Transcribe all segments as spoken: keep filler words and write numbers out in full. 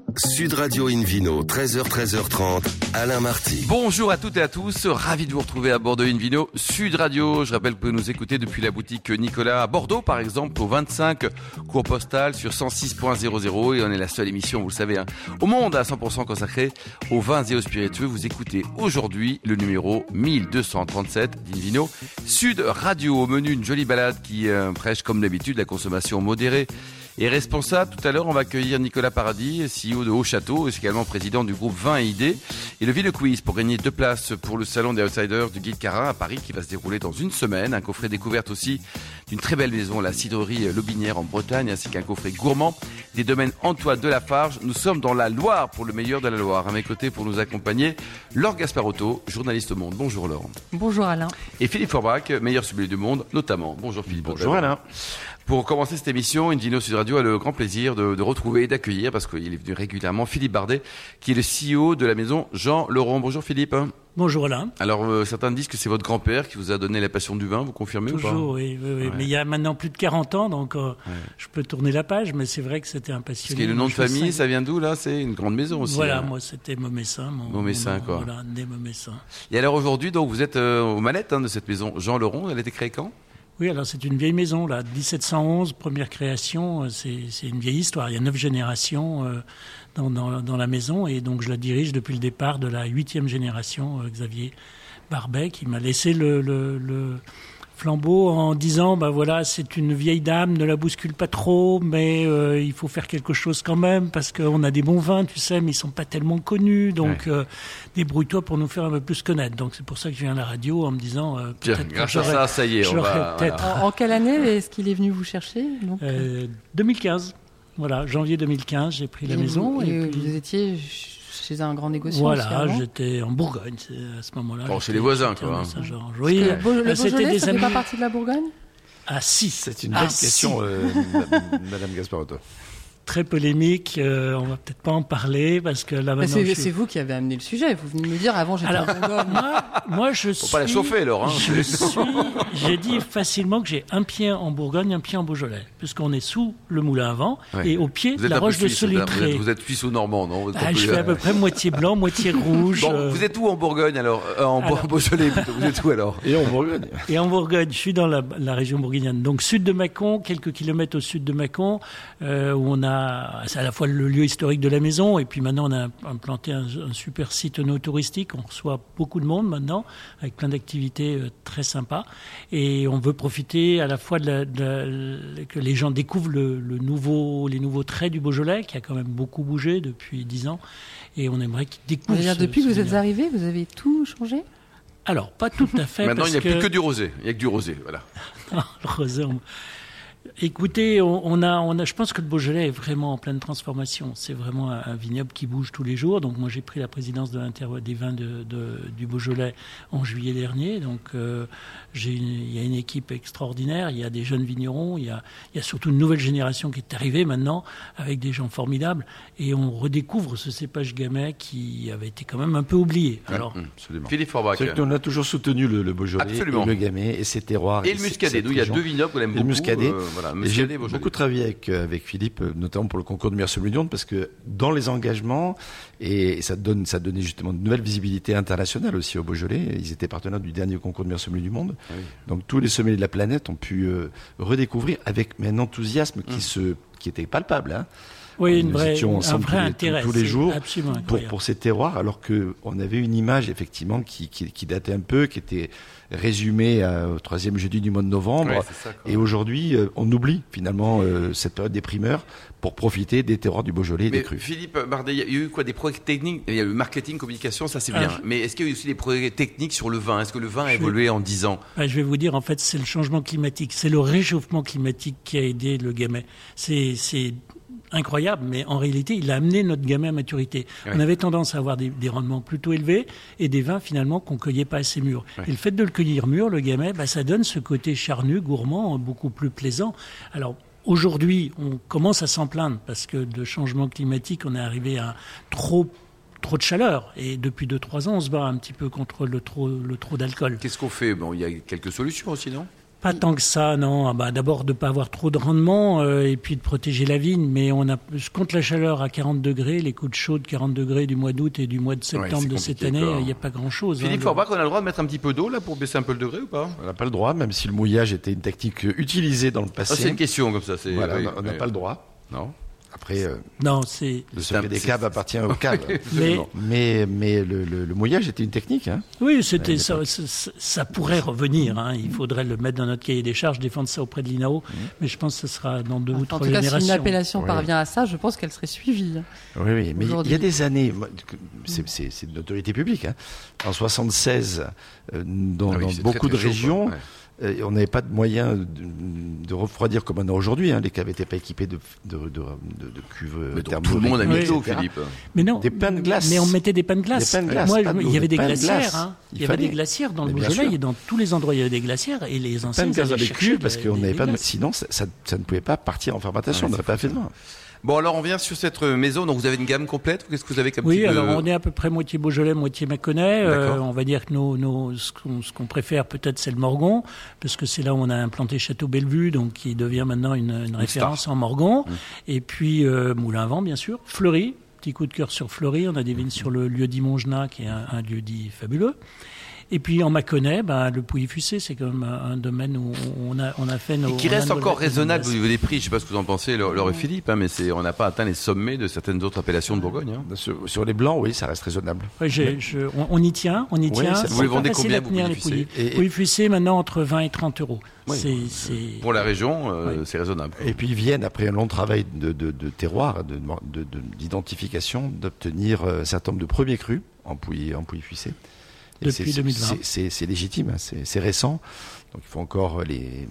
Sud Radio Invino, treize heures, treize heures trente, Alain Marty. Bonjour à toutes et à tous, ravi de vous retrouver à bord de Invino Sud Radio. Je rappelle que vous nous écoutez depuis la boutique Nicolas à Bordeaux, par exemple, au vingt-cinq cours postal sur cent six point zéro zéro. Et on est la seule émission, vous le savez, hein, au monde à cent pour cent consacrée aux vins et aux spiritueux. Vous écoutez aujourd'hui le numéro mille deux cent trente-sept d'Invino Sud Radio. Au menu, une jolie balade qui euh, prêche comme d'habitude la consommation modérée et responsable. Tout à l'heure, on va accueillir Nicolas Paradis, C E O de Haut Château, et également président du groupe Vin et Idées. Et le Ville Quiz pour gagner deux places pour le salon des Outsiders du Guide Carin à Paris qui va se dérouler dans une semaine. Un coffret découverte aussi d'une très belle maison, la cidrerie Lobinière en Bretagne, ainsi qu'un coffret gourmand des domaines Antoine de Lafarge. Nous sommes dans la Loire pour le meilleur de la Loire. À mes côtés pour nous accompagner, Laure Gasparotto, journaliste au Monde. Bonjour Laure. Bonjour Alain. Et Philippe Forbach, meilleur sommelier du monde, notamment. Bonjour Philippe. Bonjour Alain. Pour commencer cette émission, Invino Sud Radio a le grand plaisir de, de retrouver et d'accueillir, parce qu'il est venu régulièrement, Philippe Bardet, qui est le C E O de la maison Jean Leron. Bonjour Philippe. Bonjour Alain. Alors euh, certains disent que c'est votre grand-père qui vous a donné la passion du vin, vous confirmez Toujours, ou pas? Toujours, oui, oui, oui. Ouais. Mais il y a maintenant plus de quarante ans, donc euh, ouais. je peux tourner la page, mais c'est vrai que c'était un passionné. Parce que le nom de famille, ça vient d'où là? C'est une grande maison aussi. Voilà, hein. moi c'était Momessin. Mon, Momessin, quoi. Voilà, né Momessin. Et alors aujourd'hui, donc vous êtes euh, aux manettes hein, de cette maison Jean Leron, elle a été créée quand? Oui, alors c'est une vieille maison, là, dix-sept cent onze, première création, c'est, c'est une vieille histoire. Il y a neuf générations euh, dans, dans, dans la maison, et donc je la dirige depuis le départ de la huitième génération, euh, Xavier Barbet, qui m'a laissé le, le, le flambeau en disant, bah voilà, c'est une vieille dame, ne la bouscule pas trop, mais euh, il faut faire quelque chose quand même, parce qu'on a des bons vins, tu sais, mais ils sont pas tellement connus, donc ouais. euh, débrouille-toi pour nous faire un peu plus connaître. Donc c'est pour ça que je viens à la radio en me disant, euh, Tiens, grâce à ça, ça y est, on va... Voilà. En, en quelle année est-ce qu'il est venu vous chercher donc euh, deux mille quinze, voilà, janvier deux mille quinze, j'ai pris et la vous, maison. Et, et puis... vous étiez chez un grand négociant. Voilà, j'étais en Bourgogne à ce moment-là. Bon, chez les voisins, quoi. Oui, le, Beau, le c'était Beaujolais, des ça amis... fait pas partie de la Bourgogne? Ah si. C'est une ah, bonne si. question, euh, Madame Gasparotto. Très polémique, euh, on va peut-être pas en parler parce que là maintenant. C'est, je... c'est vous qui avez amené le sujet. Vous venez de me dire avant j'étais Alors, en Bourgogne. Moi, moi je Faut suis. pas la chauffer, alors. Hein. Je suis. J'ai dit facilement que j'ai un pied en Bourgogne, un pied en Beaujolais, puisqu'on est sous le moulin à vent ouais. et au pied de la roche de Solutré. Vous êtes suisse ou normand, non? Vous êtes ah, je fais à peu près moitié blanc, moitié rouge. Bon, euh... vous êtes où en Bourgogne alors, euh, En alors... Beaujolais plutôt. Vous êtes où alors? Et en Bourgogne. Et en Bourgogne, je suis dans la, la région bourguignonne, donc sud de Mâcon, quelques kilomètres au sud de Mâcon, euh, où on a, c'est à la fois le lieu historique de la maison, et puis maintenant on a implanté un, un super site no-touristique, on reçoit beaucoup de monde maintenant, avec plein d'activités euh, très sympas, et on veut profiter à la fois de, la, de la, que les gens découvrent le, le nouveau, les nouveaux traits du Beaujolais, qui a quand même beaucoup bougé depuis dix ans, et on aimerait qu'ils découvrent. C'est-à-dire ce, depuis ce que vous êtes lien. arrivé, vous avez tout changé? Alors, pas tout à fait. Maintenant, parce il n'y a que... plus que du rosé. Il n'y a que du rosé, voilà. le rosé, on... Écoutez, on, on, a, on a, je pense que le Beaujolais est vraiment en pleine transformation. C'est vraiment un, un vignoble qui bouge tous les jours. Donc moi, j'ai pris la présidence de des vins de, de, du Beaujolais en juillet dernier. Donc euh, j'ai une, il y a une équipe extraordinaire. Il y a des jeunes vignerons. Il y a, il y a surtout une nouvelle génération qui est arrivée maintenant avec des gens formidables. Et on redécouvre ce cépage gamay qui avait été quand même un peu oublié. Alors, mmh, absolument. Philippe Forbach. C'est que nous, on a toujours soutenu le, le Beaujolais, absolument. Et le gamay et ses terroirs. Et, et le muscadet. D'où il y a deux vignobles qu'on aime beaucoup. Le muscadet. Euh, voilà, et j'ai beaucoup travaillé avec, avec Philippe, notamment pour le concours de meilleur sommelier du monde, parce que dans les engagements, et ça, donne, ça donnait justement de nouvelles visibilités internationales aussi au Beaujolais. Ils étaient partenaires du dernier concours de meilleur sommelier du monde. Oui. Donc tous les sommeliers de la planète ont pu euh, redécouvrir avec un enthousiasme qui, mmh. se, qui était palpable. Hein. Oui, nous une vraie, étions ensemble un vrai tous, les, intérêt, tous les jours pour, pour ces terroirs, alors qu'on avait une image effectivement qui, qui, qui datait un peu, qui était résumée à, au troisième jeudi du mois de novembre. Ouais, ça, et aujourd'hui, euh, on oublie finalement euh, cette période des primeurs pour profiter des terroirs du Beaujolais et mais des crus. Philippe Bardet, il y a eu quoi, des projets techniques? Il y a eu marketing, communication, ça c'est bien. Ah, je... Mais est-ce qu'il y a eu aussi des projets techniques sur le vin? Est-ce que le vin a évolué vais... en dix ans? ah, Je vais vous dire, en fait, c'est le changement climatique. C'est le réchauffement climatique qui a aidé le gamay. C'est... c'est... incroyable, mais en réalité, il a amené notre gamay à maturité. Oui. On avait tendance à avoir des, des rendements plutôt élevés et des vins, finalement, qu'on ne cueillait pas assez mûrs. Oui. Et le fait de le cueillir mûr, le gamay, bah, ça donne ce côté charnu, gourmand, beaucoup plus plaisant. Alors, aujourd'hui, on commence à s'en plaindre parce que de changement climatique, on est arrivé à trop trop de chaleur. Et depuis deux trois ans, on se bat un petit peu contre le trop, le trop d'alcool. Qu'est-ce qu'on fait? Bon, il y a quelques solutions aussi, non? Pas tant que ça, non. Ah bah, d'abord de ne pas avoir trop de rendement euh, et puis de protéger la vigne. Mais on a, je compte la chaleur à quarante degrés, les coups de chaud de quarante degrés du mois d'août et du mois de septembre Ouais, de cette année, il n'y a pas grand-chose. Philippe hein, Forbach, on a le droit de mettre un petit peu d'eau là pour baisser un peu le degré ou pas? On n'a pas le droit, même si le mouillage était une tecnique utilisée dans le passé. Ah, c'est une question comme ça. C'est... Voilà, oui, on n'a oui. pas le droit. Non. Après, euh, Non, c'est. le C'est un- secret des c'est- caves appartient aux caves. Mais- mais mais le, le- le mouillage était une technique. Hein. Oui, c'était Ouais, ça, ça, ça pourrait revenir. Hein. Il faudrait le mettre dans notre cahier des charges, défendre ça auprès de l'I N A O. Mais je pense que ce sera dans deux ou En trois tout cas, si générations. une appellation Ouais. parvient à ça, je pense qu'elle serait suivie. Oui, oui, mais il y Aujourd'hui. a des années, moi, que- c'est c'est- c'est de notoriété publique. Hein. En soixante-seize, euh, dans, Ah oui, dans c'est beaucoup très, très de chaud, quoi. régions, Ouais. euh, on n'avait pas de moyens de, de refroidir comme on a aujourd'hui. Hein. Les caves n'étaient pas équipés de, de, de, de, de cuves Mais donc, thermo- tout le monde a mis Oui. de l'eau, et cetera. Philippe. Mais non, Des pains de glace. Mais on mettait des pains de glace. Des pains de glace, Moi, pas de je- l'eau, il y avait des des pains de glacières. glace. Hein. Il Il y avait fallait. des glacières dans le Mais bien Beaujolais sûr. et dans tous les endroits il y avait des glacières et les anciens Pains de ils glace allaient dans les chercher cuves des- parce qu'on des- n'avait des pas de, glaces. sinon ça, ça, ça ne pouvait pas partir en fermentation. Ouais, on n'aurait pas fait de vin. Bon, alors on revient sur cette maison. Donc vous avez une gamme complète. Qu'est-ce que vous avez comme Oui, type de- alors on est à peu près moitié Beaujolais, moitié Mâconnais. Euh, D'accord. on va dire que nos, nos, ce qu'on ce qu'on préfère peut-être c'est le Morgon, parce que c'est là où on a implanté Château Bellevue, donc qui devient maintenant une, une référence en Morgon. Mmh. Et puis euh, Moulin à Vent, bien sûr. Fleury, petit coup de cœur sur Fleury. On a des vignes sur le lieu-dit Mongenat, qui est un, un lieu-dit fabuleux. Et puis en Mâconnais, ben, le Pouilly-Fussé, c'est quand même un, un domaine où on a, on a fait nos... Et qui on a reste nos- encore nos- raisonnable au niveau des prix. Je ne sais pas ce que vous en pensez, Laure Laure et Philippe, hein, mais c'est, on n'a pas atteint les sommets de certaines autres appellations de Bourgogne. Hein. Sur, sur les blancs, oui, ça reste raisonnable. Ouais, j'ai- je- on, on y tient, on y Oui, tient. ça- C'est vous les pas vendez facile combien, à vous, tenir, les Pouilly-Fussé Pouilly. Et- Pouilly-Fussé, maintenant, entre vingt et trente euros. Oui. C'est, c'est... Pour la région, euh, Ouais. c'est raisonnable. Et puis ils viennent, après un long travail de, de, de terroir, de, de- de- d'identification, d'obtenir euh, un certain nombre de premiers crus en Pouilly, en Pouilly-Fussé. Et Depuis c'est- deux mille vingt. c'est- C'est c'est légitime, hein, c'est c'est récent. Donc il faut encore les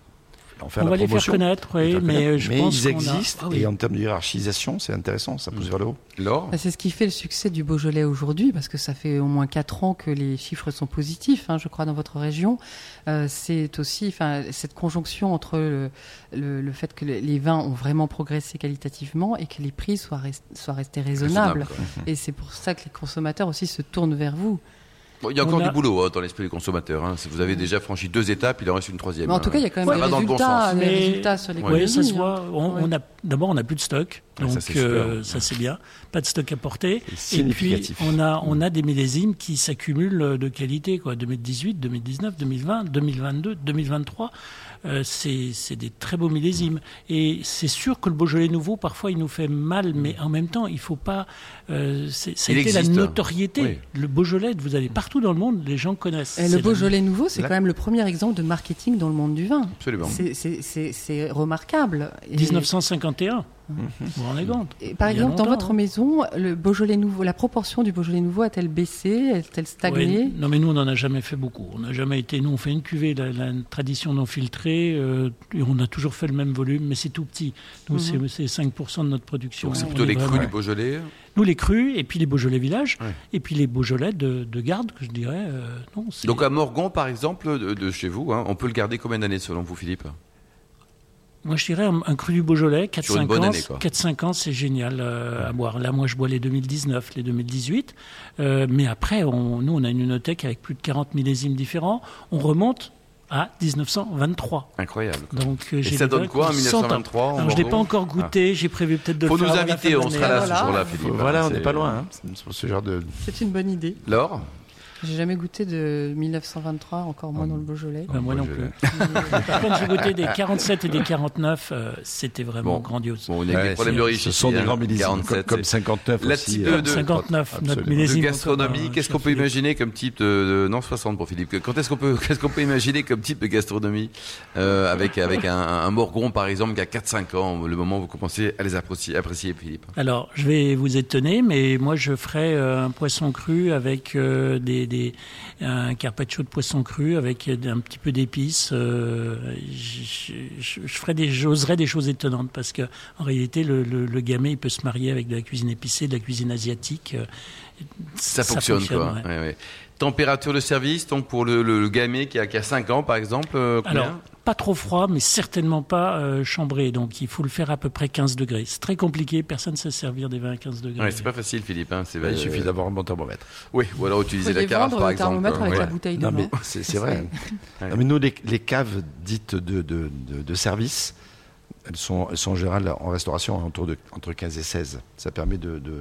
en faire On la va les faire promotion. connaître, Les oui, faire mais connaître. je Mais pense ils qu'on a- existent Ah oui. et en termes de hiérarchisation, c'est intéressant, ça pousse vers le haut. Laure Bah, c'est ce qui fait le succès du Beaujolais aujourd'hui, parce que ça fait au moins quatre ans que les chiffres sont positifs, hein, je crois, dans votre région. Euh, c'est aussi, enfin, cette conjonction entre le, le, le fait que le- les vins ont vraiment progressé qualitativement et que les prix soient, rest- soient restés raisonnables. Raisonnable, quoi. Et c'est pour ça que les consommateurs aussi se tournent vers vous. Bon, il y a On encore a- du boulot hein, dans l'esprit des consommateurs. Hein. Si vous avez déjà franchi deux étapes, il en reste une troisième. Mais en tout hein. cas, il y a quand même Ça des va dans le bon résultats, sens. des Mais- résultats sur Oui, l'économie. ça se hein. voit. On, Ouais. on a, d'abord, on n'a plus de stock. Ah, ça, Donc, c'est euh, super. ça, c'est bien. Pas de stock à porter. C'est Et puis, significatif. on a, on a des millésimes qui s'accumulent de qualité, quoi. deux mille dix-huit, deux mille dix-neuf, deux mille vingt, deux mille vingt-deux, deux mille vingt-trois. Euh, c'est, c'est des très beaux millésimes. Et c'est sûr que le Beaujolais nouveau, parfois, il nous fait mal, mais en même temps, il faut pas. Euh, c'est, ça a Il été la existe. notoriété. Oui. Le Beaujolais, vous allez partout dans le monde, les gens connaissent. Et C'est le la- Beaujolais nouveau, c'est Là- quand même le premier exemple de marketing dans le monde du vin. Absolument. C'est- C'est c'est- c'est remarquable. Et- dix-neuf cent cinquante et un. Vous vous rendez compte? Et par Il y a exemple, dans longtemps, votre hein. maison, le Beaujolais nouveau, la proportion du Beaujolais nouveau a-t-elle baissé, a-t-elle stagné? Ouais, non, mais nous, on n'en a jamais fait beaucoup. On n'a jamais été. Nous, on fait une cuvée, la, la tradition non filtrée, euh, et on a toujours fait le même volume, mais c'est tout petit. Nous, c'est, c'est cinq pour cent de notre production. Donc c'est On plutôt est les crus vraiment- du Beaujolais. Nous, les crus, et puis les Beaujolais villages, Ouais. et puis les Beaujolais de, de garde, que je dirais. euh, non, c'est... Donc à Morgon, par exemple, de, de chez vous, hein, on peut le garder combien d'années selon vous, Philippe? Moi, je dirais un, un cru du Beaujolais, Sur une quatre cinq bonne ans, année, quoi. quatre cinq ans, c'est génial euh, à boire. Là, moi, je bois les deux mille dix-neuf, les deux mille dix-huit. Euh, mais après, on, nous, on a une lunothèque avec plus de quarante millésimes différents. On remonte à dix-neuf cent vingt-trois. Incroyable. Donc, euh, Et j'ai ça des donne vins quoi en qui ont cent ans. mille neuf cent vingt-trois en Alors, je ne l'ai pas Morgon encore goûté. J'ai prévu peut-être de Faut le nous faire avant la inviter, fin de on sera l'année. là Voilà. ce jour-là, Philippe. Voilà, on C'est- n'est pas loin. Hein, c'est pour ce genre de. C'est une bonne idée. Laure J'ai jamais goûté de mille neuf cent vingt-trois, encore moins dans le Beaujolais. Ben, moi non Beaujolais. plus. Par contre, j'ai goûté des quarante-sept et des quarante-neuf. euh, c'était vraiment Bon. grandiose. Bon, on a Ouais, des problèmes c'est- de riche Ce ici, sont des hein. grands millésimes, comme, quarante-sept, comme c'est- cinquanteuf Là, aussi. petit euh, peu de- cinquante-neuf, notre absolument. De millésime. gastronomie, encore, qu'est-ce euh, qu'on peut Philippe. imaginer comme type de, de- non soixante pour Philippe. Quand est-ce qu'on peut qu'est-ce qu'on peut imaginer comme type de gastronomie euh, avec avec un, un Morgon par exemple qui a quatre cinq ans, le moment où vous commencez à les apprécier, apprécier Philippe. Alors, je vais vous étonner, mais moi, je ferai euh, un poisson cru avec euh, des, des, un carpaccio de poisson cru avec un petit peu d'épices. Euh, je, je, je ferai des, j'oserais des choses étonnantes parce que en réalité, le, le, le gamay, il peut se marier avec de la cuisine épicée, de la cuisine asiatique. euh, Ça, fonctionne, quoi. ouais. Ouais, ouais. Température de service, donc pour le, le, le gamay qui a, qui a cinq ans par exemple, euh, combien ? Alors, pas trop froid, mais certainement pas euh, chambré. Donc, il faut le faire à peu près quinze degrés. C'est très compliqué. Personne ne sait servir des vins à quinze degrés. Ouais, c'est pas facile, Philippe. Hein, c'est, Il euh... suffit d'avoir un bon thermomètre. Oui, ou alors utiliser la carafe, par le exemple. thermomètre avec ouais. la bouteille de Non, vin. mais c'est, c'est vrai. Ouais. Non, mais nous, les, les caves dites de, de, de, de service, elles sont, elles sont en général en restauration autour de, entre quinze et seize. Ça permet de, de,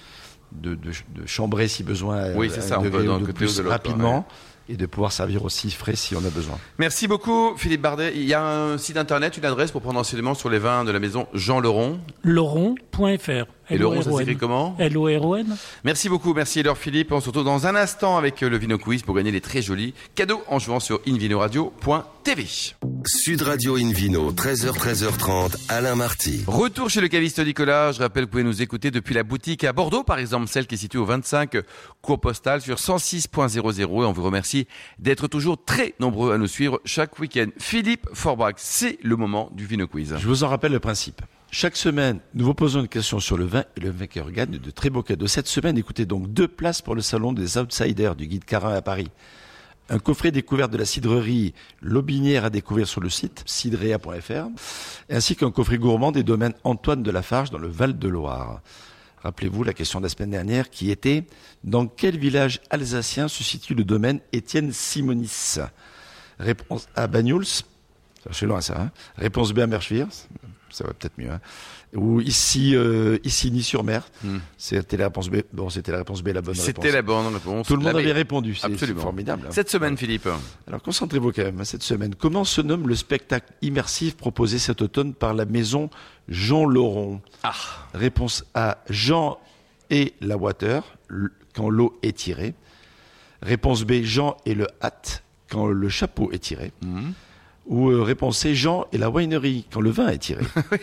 de, de, de chambrer si besoin Oui, c'est ça, on peut dans le côté ou de l'autre, rapidement. ouais. Et de pouvoir servir aussi frais si on a besoin. Merci beaucoup, Philippe Bardet. Il y a un site internet, une adresse pour prendre renseignement sur les vins de la maison Jean Leron. Leron point f r. Et Leron, ça s'écrit comment ? L O R O N. Merci beaucoup, merci Laure Philippe. On se retrouve dans un instant avec le Vino Quiz pour gagner les très jolis cadeaux en jouant sur invinoradio point t v. Sud Radio Invino, treize heures, treize heures trente, Alain Marty. Retour chez le caviste Nicolas. Je rappelle que vous pouvez nous écouter depuis la boutique à Bordeaux, par exemple, celle qui est située au vingt-cinq cours postal sur cent six point zéro zéro. Et on vous remercie d'être toujours très nombreux à nous suivre chaque week-end. Philippe Forbach, c'est le moment du Vino Quiz. Je vous en rappelle le principe. Chaque semaine, nous vous posons une question sur le vin et le vainqueur gagne de très beaux cadeaux. Cette semaine, écoutez donc deux places pour le salon des Outsiders du Guide Carin à Paris. Un coffret découverte de la cidrerie Lobinière à découvrir sur le site cidrea point f r, ainsi qu'un coffret gourmand des domaines Antoine de Lafarge dans le Val-de-Loire. Rappelez-vous la question de la semaine dernière qui était « Dans quel village alsacien se situe le domaine Étienne Simonis ?» Réponse A, Banyuls. C'est loin ça. Hein. Réponse B, à Merschwir. Ça va peut-être mieux. Hein. Ou ici, euh, Isigny-sur-Mer. Hmm. C'était la réponse B. Bon, c'était la réponse B, la bonne c'était réponse. C'était la bonne réponse. Tout le monde la avait répondu. C'est, Absolument. C'est formidable. Hein. Cette semaine, Philippe. Alors, concentrez-vous quand même. Hein, cette semaine. Comment se nomme le spectacle immersif proposé cet automne par la maison Jean Leron ? Ah. Réponse A, Jean et la water, quand l'eau est tirée. Réponse B, Jean et le hâte, quand le chapeau est tiré. Mmh. Ou euh, réponse C, Jean et la winery, quand le vin est tiré.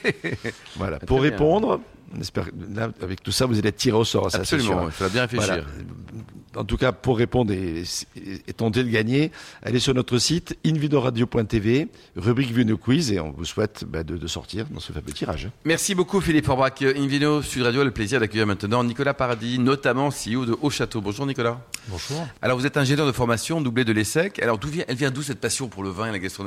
Voilà. Pour bien. répondre, on espère, là, avec tout ça, vous allez être tiré au sort. Ça, absolument, il faudra bien réfléchir. Voilà. En tout cas, pour répondre et, et tenter de gagner, allez sur notre site invinoradio point t v, rubrique Vino Quiz, et on vous souhaite bah, de, de sortir dans ce fameux tirage. Merci beaucoup Philippe Forbach. Invino Sud Radio a le plaisir d'accueillir maintenant Nicolas Paradis, notamment C E O de Haut Château. Bonjour Nicolas. Bonjour. Alors vous êtes ingénieur de formation, doublé de l'ESSEC. Alors d'où vient, elle vient d'où cette passion pour le vin et la gastronomie ?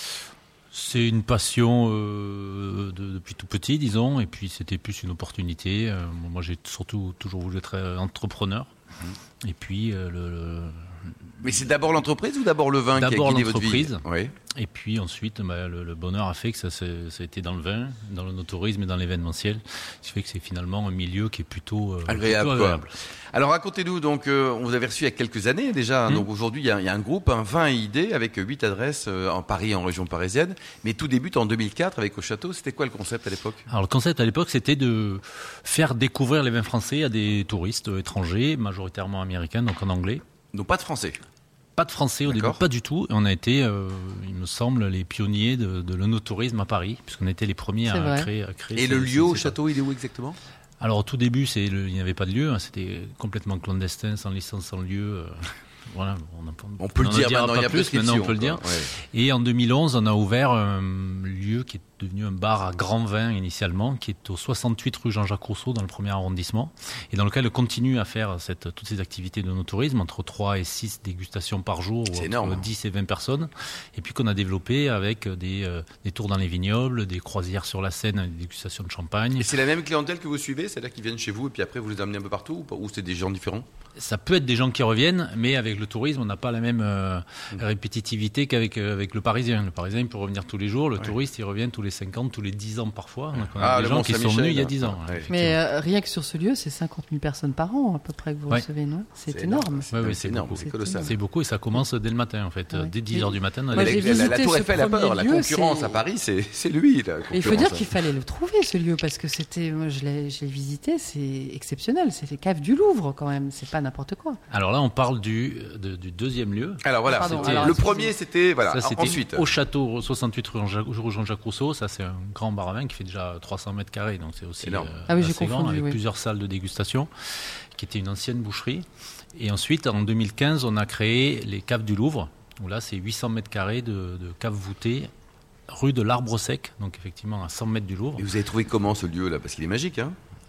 C'est une passion euh, de, depuis tout petit, disons, et puis c'était plus une opportunité. Euh, moi, j'ai surtout toujours voulu être entrepreneur. Mmh. Et puis euh, le, le... Mais c'est d'abord l'entreprise ou d'abord le vin d'abord qui a guidé votre vie ? D'abord l'entreprise. Oui. Et puis ensuite, bah, le, le bonheur a fait que ça, ça a été dans le vin, dans le no-tourisme et dans l'événementiel. Ce qui fait que c'est finalement un milieu qui est plutôt euh, agréable. Plutôt agréable. Alors racontez-nous, donc, euh, on vous avait reçu il y a quelques années déjà. Mmh. Donc aujourd'hui, il y, y a un groupe, un vin et idées, avec huit adresses euh, en Paris et en région parisienne. Mais tout débute en deux mille quatre avec Au Château. C'était quoi le concept à l'époque ? Alors le concept à l'époque, c'était de faire découvrir les vins français à des touristes étrangers, majoritairement américains, donc en anglais. Donc pas de français ? Pas de français au D'accord. début, pas du tout. Et on a été, euh, il me semble, les pionniers de, de l'onotourisme à Paris, puisqu'on était les premiers à créer, à créer. Et ces, le lieu ces, au ces château, il est où exactement ? Alors au tout début, c'est le, il n'y avait pas de lieu, hein, c'était complètement clandestin, sans licence, sans lieu. Euh, voilà, on, a, on peut on le dire maintenant, il y a plus, maintenant on peut le dire. Ouais. Et en deux mille onze, on a ouvert un lieu qui est devenu un bar à grand vin initialement, qui est au soixante-huit rue Jean-Jacques Rousseau, dans le premier arrondissement, et dans lequel on continue à faire cette, toutes ces activités de no-tourisme, entre trois et six dégustations par jour, c'est ou énorme. entre dix et vingt personnes, et puis qu'on a développé avec des, euh, des tours dans les vignobles, des croisières sur la Seine, des dégustations de champagne. Et c'est la même clientèle que vous suivez, c'est-à-dire qu'ils viennent chez vous et puis après vous les amenez un peu partout, ou c'est des gens différents ? Ça peut être des gens qui reviennent, mais avec le tourisme, on n'a pas la même euh, répétitivité qu'avec euh, avec le Parisien. Le Parisien, il peut revenir tous les jours. Le ouais. touriste, il revient tous les cinquante, tous les dix ans parfois. Donc on a ah, des gens qui sont venus il y a dix ans. Ouais. Mais euh, rien que sur ce lieu, c'est cinquante mille personnes par an à peu près que vous ouais. recevez, non ? C'est, c'est énorme. énorme. C'est, ouais, ouais, c'est, c'est énorme, beaucoup. C'est colossal. C'est beaucoup et ça commence dès le matin en fait. Ouais. Dès dix heures du matin. Moi, la, la, la Tour Eiffel a peur. La concurrence c'est... à Paris, c'est, c'est lui. La il faut dire qu'il fallait le trouver ce lieu parce que c'était, moi je l'ai, je l'ai visité, c'est exceptionnel. C'est les caves du Louvre quand même. C'est pas n'importe quoi. Alors là, on parle du, de, du deuxième lieu. Alors voilà, Pardon, c'était, alors, le premier c'était, voilà, ça, c'était ensuite. Au Château, soixante-huit rue Jean-Jacques Rousseau, ça c'est un grand bar à vin qui fait déjà trois cents mètres carrés, donc c'est aussi énorme. Euh, ah oui, assez j'ai confondu, grand, avec oui. plusieurs salles de dégustation, qui était une ancienne boucherie. Et ensuite, en deux mille quinze, on a créé les caves du Louvre, où là c'est huit cents mètres carrés de, de caves voûtées, rue de l'Arbre Sec, donc effectivement à cent mètres du Louvre. Et vous avez trouvé comment ce lieu là ? Parce qu'il est magique, hein ?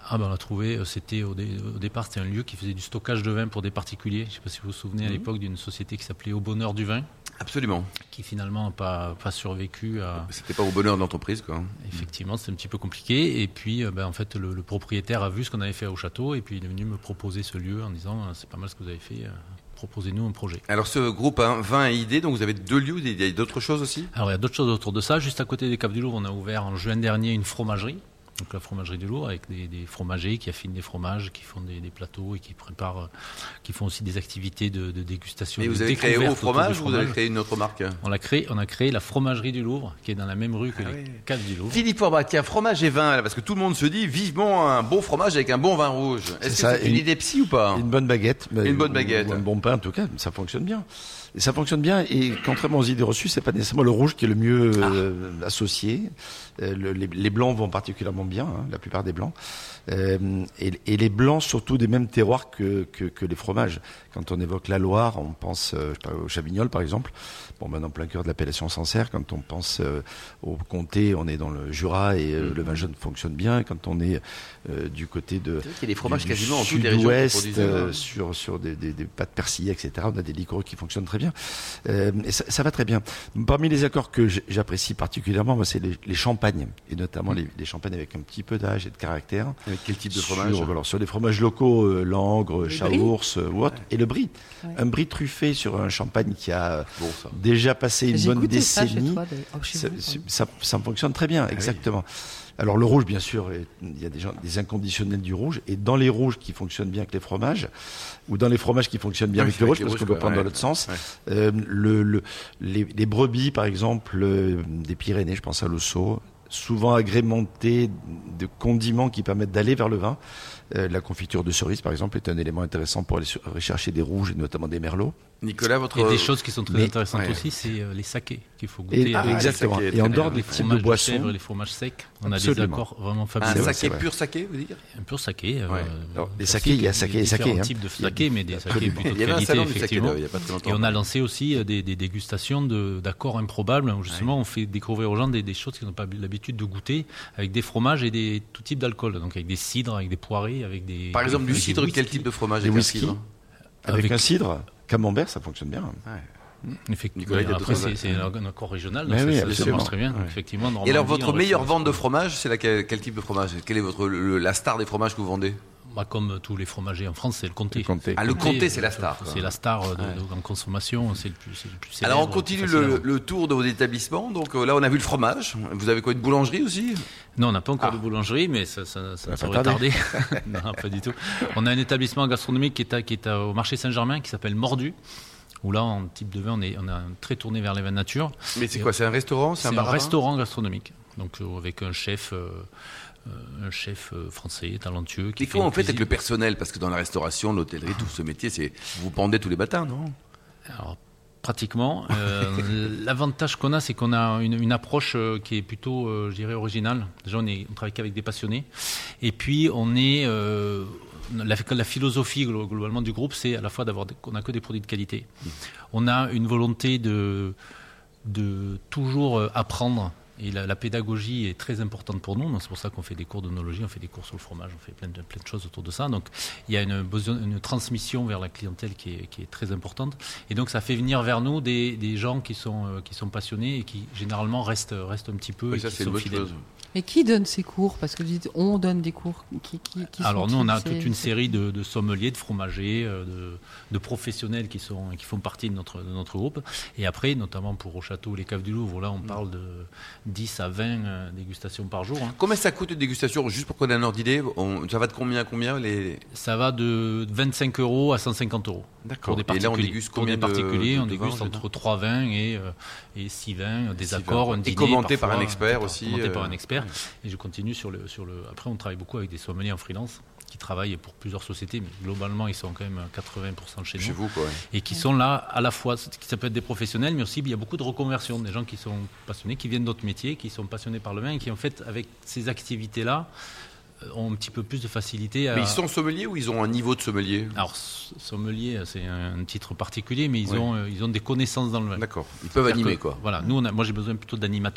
Ah ben on l'a trouvé, c'était au, dé, au départ c'était un lieu qui faisait du stockage de vin pour des particuliers. Je ne sais pas si vous vous souvenez à l'époque d'une société qui s'appelait Au Bonheur du Vin. Absolument. Qui finalement n'a pas, pas survécu à... C'était pas au bonheur de l'entreprise, quoi. Effectivement, c'était un petit peu compliqué. Et puis, ben, en fait, le, le propriétaire a vu ce qu'on avait fait au château et puis il est venu me proposer ce lieu en disant c'est pas mal ce que vous avez fait, proposez-nous un projet. Alors ce groupe hein, Vin et Idées, donc vous avez deux lieux, il y a d'autres choses aussi ? Alors il y a d'autres choses autour de ça. Juste à côté des Caves du Louvre, on a ouvert en juin dernier une fromagerie. Donc la fromagerie du Louvre avec des, des fromagers qui affinent des fromages, qui font des, des plateaux et qui préparent, qui font aussi des activités de, de dégustation. Et vous avez créé Au Fromage ou vous avez créé une autre marque ? On a créé, on a créé la fromagerie du Louvre, qui est dans la même rue que ah les oui. Caves du Louvre. Philippe Forbach, tiens, fromage et vin, là, parce que tout le monde se dit vivement un bon fromage avec un bon vin rouge. Est-ce c'est que ça, c'est une, une idée psy ou pas ? Une bonne baguette. Une bonne baguette. Ou un bon pain, en tout cas, ça fonctionne bien. Et ça fonctionne bien, et contrairement aux idées reçues, c'est pas nécessairement le rouge qui est le mieux euh, ah. associé. Euh, le, les, les blancs vont particulièrement bien, hein, la plupart des blancs. Euh, et, et les blancs, surtout des mêmes terroirs que, que, que les fromages. Quand on évoque la Loire, on pense euh, je sais pas, au Chavignol, par exemple. Bon, ben, en plein cœur de l'appellation Sancerre. Quand on pense euh, au comté, on est dans le Jura et euh, mmh. le vin jaune fonctionne bien. Quand on est euh, du côté de il y a des fromages du, quasiment du en toutes les régions sud-ouest, euh, sur sur des, des, des pâtes persillées, et cetera. On a des liqueurs qui fonctionnent très bien. Euh, et ça, ça va très bien. Parmi les accords que j'apprécie particulièrement, moi, c'est les, les champagnes, et notamment mmh. les, les champagnes avec un petit peu d'âge et de caractère. Avec quel type de fromage ? Sur, alors, sur les fromages locaux, euh, Langres, Chaours euh, ou autre, ouais. et le brie. Ouais. Un brie truffé sur un champagne qui a bon, déjà passé une J'ai bonne décennie. Ça, chez toi, de... oh, chez ça, vous, ça, ça fonctionne très bien, ah, exactement. Oui. Alors le rouge, bien sûr, il y a des, gens, des inconditionnels du rouge, et dans les rouges qui fonctionnent bien avec les fromages, ou dans les fromages qui fonctionnent bien oui, avec le rouge, parce rouges, qu'on peut prendre ouais, dans l'autre sens, ouais. euh, le, le, les, les brebis, par exemple, euh, des Pyrénées, je pense à l'Ossau, souvent agrémentés de condiments qui permettent d'aller vers le vin. Euh, la confiture de cerise, par exemple, est un élément intéressant pour aller rechercher des rouges, et notamment des merlots. Nicolas, votre... Et des choses qui sont très Mais, intéressantes ouais. aussi, c'est euh, les sakés qu'il faut goûter. Et, ah, exactement. Et en dehors des types de boissons, de chèvre, les fromages secs, on Absolument. a des accords vraiment fabuleux. Un saké pur saké, vous dites ? Un pur saké. Euh, ouais. Alors, les sakés, il y a saké et saké. Il y a différents types de sakés, mais des sakés plutôt de qualité, effectivement. Et on a lancé aussi des dégustations d'accords improbables, où justement on fait découvrir aux gens des choses qu'ils n'ont pas l'habitude de goûter, avec des fromages et des tout types d'alcool, donc avec des cidres, avec des poirées, avec des... Par exemple, du cidre, quel type de fromage avec un cidre ? Avec un cidre, camembert, ça fonctionne bien. Effectivement. Après, c'est, c'est un accord régional, donc oui, ça, ça marche très bien. Ouais. Effectivement, et alors, votre meilleure vente de fromage, c'est laquelle, quel type de fromage ? Quelle est votre, le, la star des fromages que vous vendez ? Bah, comme tous les fromagers en France, c'est le comté. Le comté. Ah, le comté, c'est la star. C'est la star de, ouais. de, en consommation, c'est le plus, c'est le plus célèbre. Alors, on continue le, le tour de vos établissements. Donc euh, là, on a vu le fromage. Vous avez quoi, une boulangerie aussi ? Non, on n'a pas encore ah. de boulangerie, mais ça, ça, ça, ça serait tardé. Non, pas du tout. On a un établissement gastronomique qui est, à, qui est à, au marché Saint-Germain, qui s'appelle Mordu. Où là, en type de vin, on est, on est très tourné vers les vins nature. Mais c'est quoi ? C'est un restaurant ? C'est, c'est un, un restaurant gastronomique. Donc, euh, avec un chef... Euh, Euh, un chef euh, français talentueux. Qui fait en fait avec le personnel, parce que dans la restauration, l'hôtellerie, ah. tout ce métier, c'est vous pendez tous les matins, non ? Alors, pratiquement. Euh, l'avantage qu'on a, c'est qu'on a une, une approche euh, qui est plutôt, euh, je dirais, originale. Déjà, on, est, on travaille qu'avec des passionnés. Et puis, on est... Euh, la, la philosophie, globalement, du groupe, c'est à la fois d'avoir... qu'on n'a que des produits de qualité. Mmh. On a une volonté de, de toujours apprendre. Et la, la pédagogie est très importante pour nous, donc c'est pour ça qu'on fait des cours d'onologie, on fait des cours sur le fromage, on fait plein de, plein de choses autour de ça. Donc il y a une, une transmission vers la clientèle qui est, qui est très importante. Et donc ça fait venir vers nous des, des gens qui sont, euh, qui sont passionnés et qui généralement restent, restent un petit peu oui, et ça, qui c'est sont une fidèles. Chose. Et qui donne ces cours ? Parce que vous dites on donne des cours. Qui, qui, qui Alors nous, on a toute une c'est... série de, de sommeliers, de fromagers, de, de professionnels qui, sont, qui font partie de notre, de notre groupe. Et après, notamment pour au château, les Caves du Louvre, là on parle de dix à vingt dégustations par jour. Hein. Combien ça coûte une dégustation ? Juste pour qu'on ait un ordre d'idée, on, ça va de combien à combien les... Ça va de vingt-cinq euros à cent cinquante euros. D'accord. Pour des et là, on déguste combien pour des particuliers, de, on de déguste vin, entre trois vins et, euh, et six vins, des six accords, vins. un dîner. Et commenté parfois, par un expert aussi. Commenté euh... par un expert. Ouais. Et je continue sur le, sur le... Après, on travaille beaucoup avec des sommeliers en freelance qui travaillent pour plusieurs sociétés, mais globalement, ils sont quand même quatre-vingts pour cent chez nous. Chez vous, quoi. Ouais. Et qui sont là à la fois, ça peut être des professionnels, mais aussi il y a beaucoup de reconversions, des gens qui sont passionnés, qui viennent d'autres métiers, qui sont passionnés par le vin et qui, en fait, avec ces activités-là, ont un petit peu plus de facilité à... Mais ils sont sommeliers ou ils ont un niveau de sommelier ? Alors, sommelier, c'est un titre particulier, mais ils, ouais. ont, ils ont des connaissances dans le vin. D'accord, ils peuvent C'est-à-dire animer, que, quoi. Voilà, nous, on a, moi j'ai besoin plutôt d'animateurs.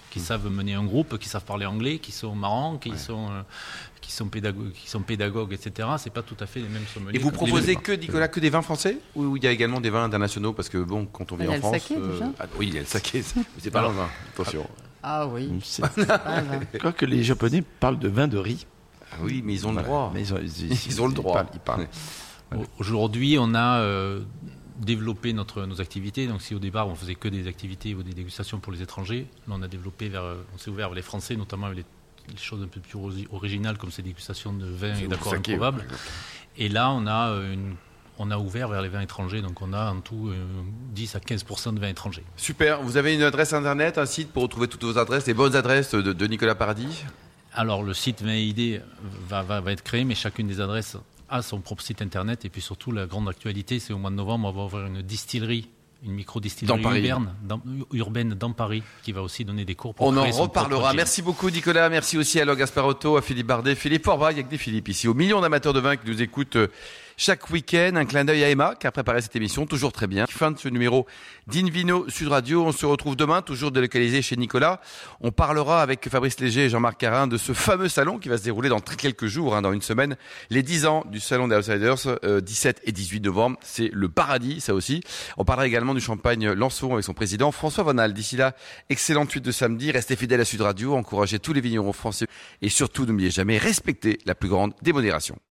qui mmh. savent mener un groupe, qui savent parler anglais, qui sont marrants, qui ouais. sont euh, qui sont pédagogues, qui sont pédagogues, et cetera. C'est pas tout à fait les mêmes sommeliers. Et vous proposez que Nicolas que des vins français ou il y a également des vins internationaux parce que bon, quand on vit en France, il y a le saké, déjà. Ah, oui, il y a le saké, c'est, c'est pas le vin. Attention. Ah oui. C'est... Je crois que les Japonais parlent de vin de riz. Ah oui, mais ils ont le droit. Mais ils, ont, ils, ils, ils ont le droit. Ils parlent. Ils parlent. Voilà. Aujourd'hui, on a euh, développé notre, nos activités. Donc, si au départ, on faisait que des activités ou des dégustations pour les étrangers, là, on a développé vers, on s'est ouvert vers les Français, notamment avec les, les choses un peu plus originales comme ces dégustations de vins et d'accords improbables. Et là, on a une On a ouvert vers les vins étrangers, donc on a en tout euh, dix à quinze pour cent de vins étrangers. Super, vous avez une adresse internet, un site pour retrouver toutes vos adresses, les bonnes adresses de, de Nicolas Paradis? Alors le site Vin I D va, va, va être créé, mais chacune des adresses a son propre site internet. Et puis surtout, la grande actualité, c'est au mois de novembre, on va ouvrir une distillerie, une micro-distillerie urbaine dans, urbaine dans Paris, qui va aussi donner des cours pour On créer en son reparlera. Merci beaucoup Nicolas, merci aussi à Laure Gasparotto, à Philippe Bardet, Philippe Forbach, il n'y a que des Philippe ici, aux millions d'amateurs de vin qui nous écoutent chaque week-end. Un clin d'œil à Emma qui a préparé cette émission, toujours très bien. Fin de ce numéro d'Invino Sud Radio. On se retrouve demain, toujours délocalisé chez Nicolas. On parlera avec Fabrice Léger et Jean-Marc Carin de ce fameux salon qui va se dérouler dans très quelques jours, hein, dans une semaine. Les dix ans du salon des Outsiders, euh, dix-sept et dix-huit novembre. C'est le paradis, ça aussi. On parlera également du champagne Lançon avec son président François Vanal. D'ici là, excellente suite de samedi. Restez fidèles à Sud Radio, encouragez tous les vignerons français et surtout, n'oubliez jamais, respectez la plus grande démodération.